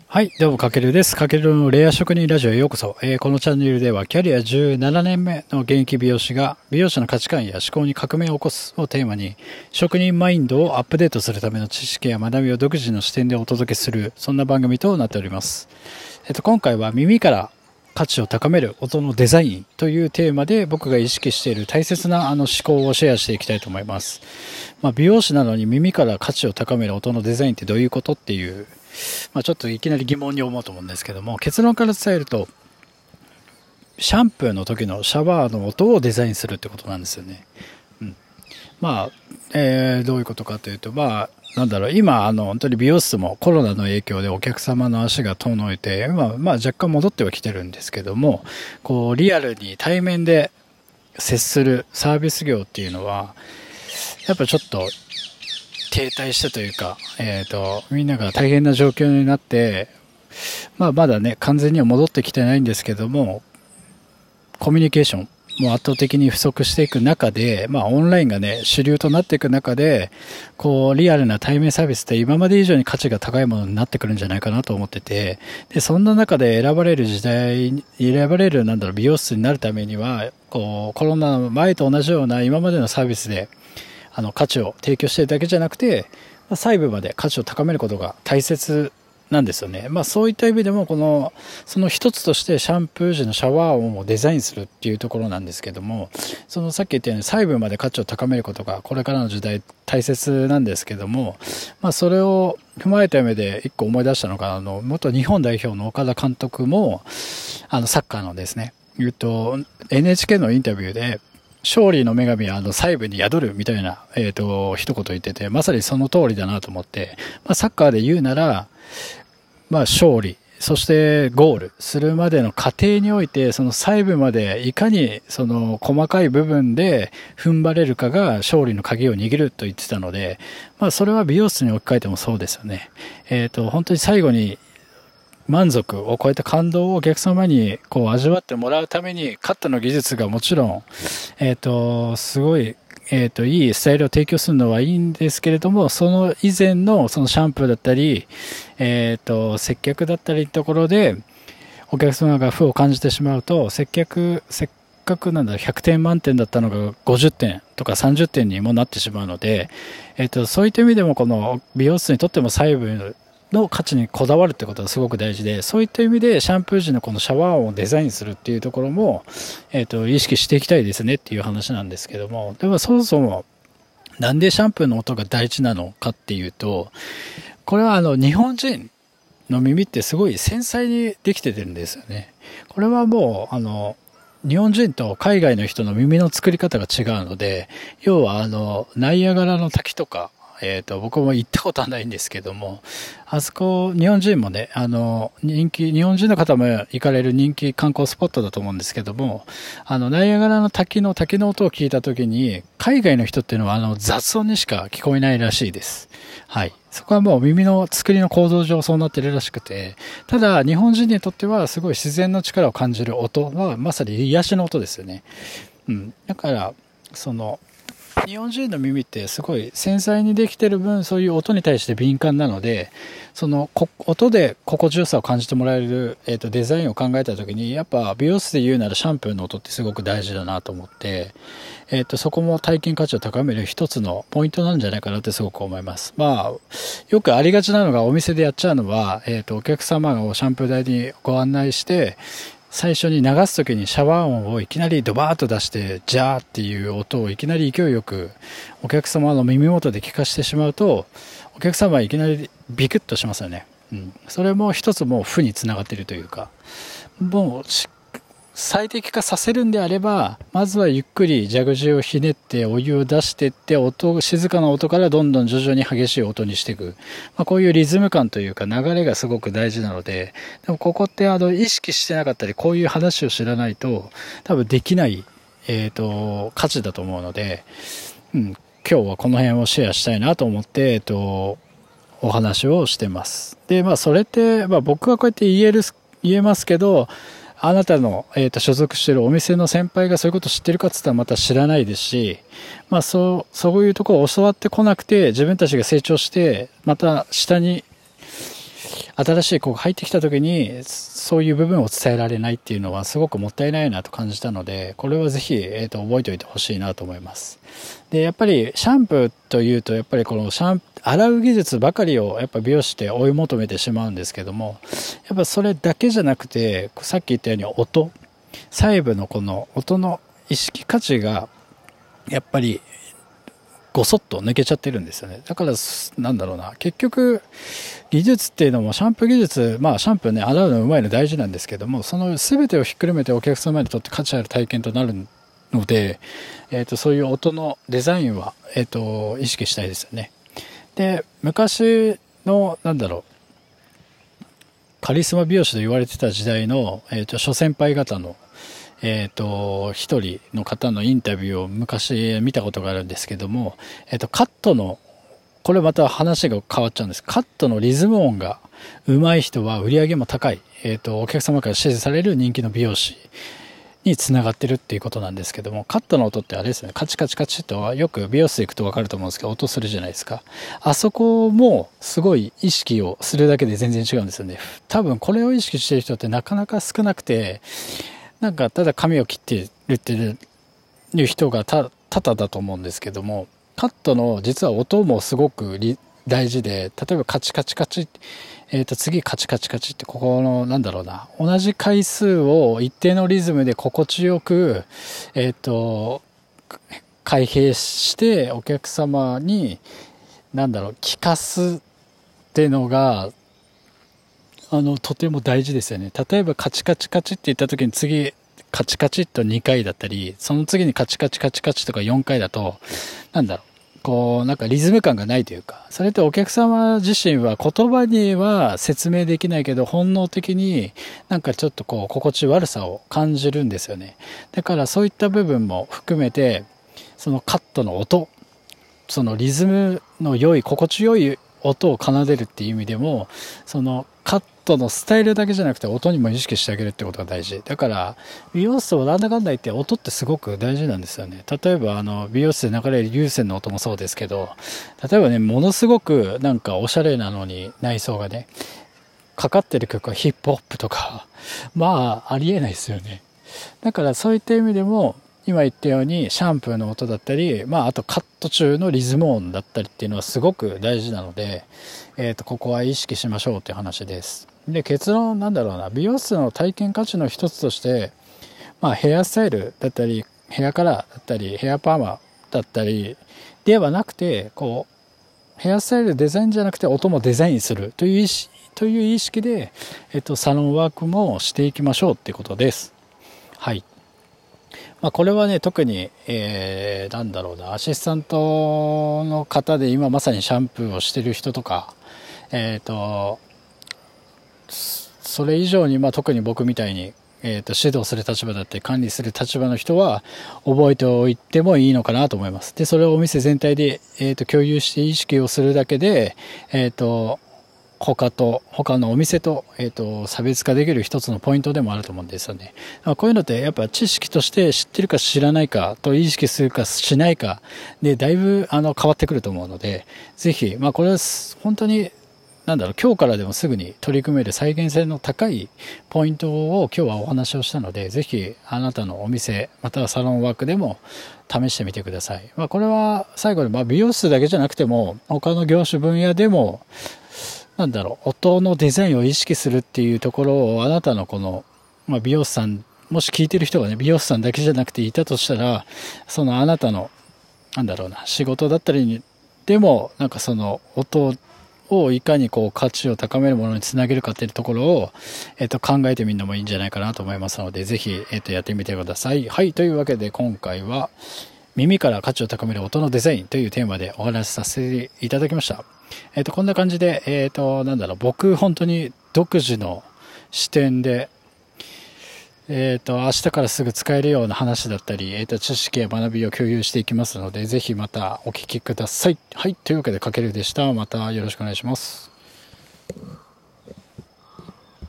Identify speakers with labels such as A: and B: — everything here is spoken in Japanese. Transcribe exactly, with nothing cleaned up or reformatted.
A: はい、どうも、かけるです。かけるのレア職人ラジオへようこそ。えーこのチャンネルでは、キャリアじゅうななねんめの現役美容師が、美容師の価値観や思考に革命を起こすをテーマに、職人マインドをアップデートするための知識や学びを独自の視点でお届けする、そんな番組となっております。えっと、今回は耳から価値を高める音のデザインというテーマで僕が意識している大切なあの思考をシェアしていきたいと思います。まあ、美容師なのに耳から価値を高める音のデザインってどういうことっていう、まあ、ちょっといきなり疑問に思うと思うんですけども、結論から伝えると、シャンプーの時のシャワーの音をデザインするってことなんですよね。うん、まあ、えー、どういうことかというと、まあ、なんだろう、今、あの、本当に美容室もコロナの影響でお客様の足が遠のいて、今、まあ若干戻ってはきてるんですけども、こう、リアルに対面で接するサービス業っていうのは、やっぱちょっと停滞したというか、えっと、みんなが大変な状況になって、まあまだね、完全には戻ってきてないんですけども、コミュニケーションも圧倒的に不足していく中で、まあオンラインがね、主流となっていく中で、こう、リアルな対面サービスって今まで以上に価値が高いものになってくるんじゃないかなと思ってて、で、そんな中で選ばれる時代に、選ばれる、なんだろう、美容室になるためには、こう、コロナ前と同じような今までのサービスで、あの、価値を提供しているだけじゃなくて、細部まで価値を高めることが大切なんですよね。まあそういった意味でも、この、その一つとしてシャンプー時のシャワー音をデザインするっていうところなんですけども、そのさっき言ったように細部まで価値を高めることがこれからの時代大切なんですけども、まあそれを踏まえた上で一個思い出したのが、あの、元日本代表の岡田監督も、あのサッカーのですね、言うと エヌエイチケー のインタビューで、勝利の女神はあの細部に宿るみたいな、えっと、一言言ってて、まさにその通りだなと思って、まあ、サッカーで言うなら、まあ、勝利、そしてゴールするまでの過程において、その細部までいかにその細かい部分で踏ん張れるかが勝利の鍵を握ると言ってたので、まあ、それは美容室に置き換えてもそうですよね。えっと、本当に最後に、満足を超えた感動をお客様にこう味わってもらうために、カットの技術がもちろん、えっと、すごい、えっと、いいスタイルを提供するのはいいんですけれども、その以前のそのシャンプーだったり、えっと、接客だったりところで、お客様が負を感じてしまうと、接客、せっかくなんだ、ひゃくてん満点だったのがごじゅってんとかさんじゅってんにもなってしまうので、えっと、そういった意味でもこの美容室にとっても細部の価値にこだわるってことがすごく大事で、そういった意味でシャンプー時のこのシャワー音をデザインするっていうところも、えっと、意識していきたいですねっていう話なんですけども、でもそもそもなんでシャンプーの音が大事なのかっていうと、これはあの日本人の耳ってすごい繊細にできてるんですよね。これはもうあの日本人と海外の人の耳の作り方が違うので、要はあのナイアガラの滝とか、えっと、僕も行ったことはないんですけども、あそこ、日本人もね、あの、人気、日本人の方も行かれる人気観光スポットだと思うんですけども、あの、ナイアガラの滝の滝の音を聞いたときに、海外の人っていうのは、あの、雑音にしか聞こえないらしいです。はい。そこはもう耳の作りの構造上そうなってるらしくて、ただ、日本人にとっては、すごい自然の力を感じる音は、まさに癒しの音ですよね。うん。だから、その、日本人の耳ってすごい繊細にできてる分、そういう音に対して敏感なので、その音で心地よさを感じてもらえる、えーと、デザインを考えた時に、やっぱ美容室で言うならシャンプーの音ってすごく大事だなと思って、えーと、そこも体験価値を高める一つのポイントなんじゃないかなってすごく思います。まあ、よくありがちなのがお店でやっちゃうのは、えーと、お客様をシャンプー台にご案内して、最初に流すときにシャワー音をいきなりドバーッと出して、ジャーっていう音をいきなり勢いよくお客様の耳元で聞かせてしまうと、お客様はいきなりビクッとしますよね。うん。それも一つもう負につながっているというか、もう最適化させるんであれば、まずはゆっくり蛇口をひねってお湯を出していって、音、静かな音からどんどん徐々に激しい音にしていく。まあ、こういうリズム感というか流れがすごく大事なので、でもここってあの意識してなかったり、こういう話を知らないと多分できない、えっと、価値だと思うので、うん、今日はこの辺をシェアしたいなと思って、えっと、お話をしてます。で、まあそれって、まあ僕はこうやって言える、言えますけど、あなたの、えーと、所属しているお店の先輩がそういうことを知ってるかって言ったらまた知らないですし、まあそう、そういうところを教わってこなくて、自分たちが成長して、また下に新しい子が入ってきた時にそういう部分を伝えられないっていうのはすごくもったいないなと感じたので、これはぜひ、えーと、覚えておいてほしいなと思います。でやっぱりシャンプーというとやっぱりこのシャン洗う技術ばかりをやっぱ美容師って追い求めてしまうんですけども、やっぱそれだけじゃなくてさっき言ったように音、細部のこの音の意識価値がやっぱりごそっと抜けちゃってるんですよね。だからなんだろうな、結局技術っていうのもシャンプー技術、まあシャンプーね洗うのうまいの大事なんですけども、その全てをひっくるめてお客様にとって価値ある体験となるので、えー、とそういう音のデザインは、えー、と意識したいですよね。で昔のなんだろうカリスマ美容師と言われてた時代の、えー、と諸先輩方のえー、と一人の方のインタビューを昔見たことがあるんですけども、えー、とカットのこれまた話が変わっちゃうんです。カットのリズム音が上手い人は売り上げも高い、えー、とお客様から支持される人気の美容師につながってるっていうことなんですけども、カットの音ってあれですね、カチカチカチとはよく美容室行くと分かると思うんですけど音するじゃないですか。あそこもすごい意識をするだけで全然違うんですよね。多分これを意識してる人ってなかなか少なくて、なんかただ髪を切ってるっていう人がた多々だと思うんですけども、カットの実は音もすごく大事で、例えばカチカチカチ、えー、と次カチカチカチってここのなんだろうな、同じ回数を一定のリズムで心地よくえっ、ー、と開閉してお客様になんだろう聞かすっていうのがあのとても大事ですよね。例えばカチカチカチって言った時に次カチカチっとにかいだったり、その次にカチカチカチカチとかよんかいだとなんだろうこうなんかリズム感がないというか、それってお客様自身は言葉には説明できないけど本能的になんかちょっとこう心地悪さを感じるんですよね。だからそういった部分も含めてそのカットの音、そのリズムの良い心地よい音を奏でるっていう意味でも、そのカットのスタイルだけじゃなくて音にも意識してあげるってことが大事だから、美容室をなんだかんだ言って音ってすごく大事なんですよね。例えばあの美容室で流れる有線の音もそうですけど、例えばねものすごくなんかおしゃれなのに内装がねかかってる曲はヒップホップとかまあありえないですよね。だからそういった意味でも今言ったようにシャンプーの音だったり、まあ、あとカット中のリズム音だったりっていうのはすごく大事なので、えー、とここは意識しましょうという話です。で結論なんだろうな、美容室の体験価値の一つとして、まあ、ヘアスタイルだったりヘアカラーだったりヘアパーマだったりではなくて、こうヘアスタイルデザインじゃなくて音もデザインするという意識、という意識で、えー、とサロンワークもしていきましょうっていうことです。はい。まあ、これはね特に、えー、なんだろうなアシスタントの方で今まさにシャンプーをしてる人とか、えー、とそれ以上に、まあ、特に僕みたいに、えー、と指導する立場だったり管理する立場の人は覚えておいてもいいのかなと思います。でそれをお店全体で、えー、と共有して意識をするだけで、えー、と他と他のお店と、えーと差別化できる一つのポイントでもあると思うんですよね。こういうのってやっぱ知識として知ってるか知らないかと意識するかしないかでだいぶあの変わってくると思うので、ぜひ、まあ、これは本当になんだろう今日からでもすぐに取り組める再現性の高いポイントを今日はお話をしたので、ぜひあなたのお店またはサロンワークでも試してみてください。まあ、これは最後に、まあ、美容室だけじゃなくても他の業種分野でもなんだろう音のデザインを意識するっていうところをあなたのこの、まあ、美容師さんもし聞いてる人がね美容師さんだけじゃなくていたとしたら、そのあなたのなんだろうな仕事だったりでもなんかその音をいかにこう価値を高めるものにつなげるかっていうところを、えっと、考えてみるのもいいんじゃないかなと思いますので、ぜひ、えっと、やってみてください。はい、というわけで今回は耳から価値を高める音のデザインというテーマでお話しさせていただきました。えっと、こんな感じで、えっと、なんだろう、僕本当に独自の視点で、えっと、明日からすぐ使えるような話だったり、えっと、知識や学びを共有していきますので、ぜひまたお聞きください。はい、というわけでかけるでした。またよろしくお願いします。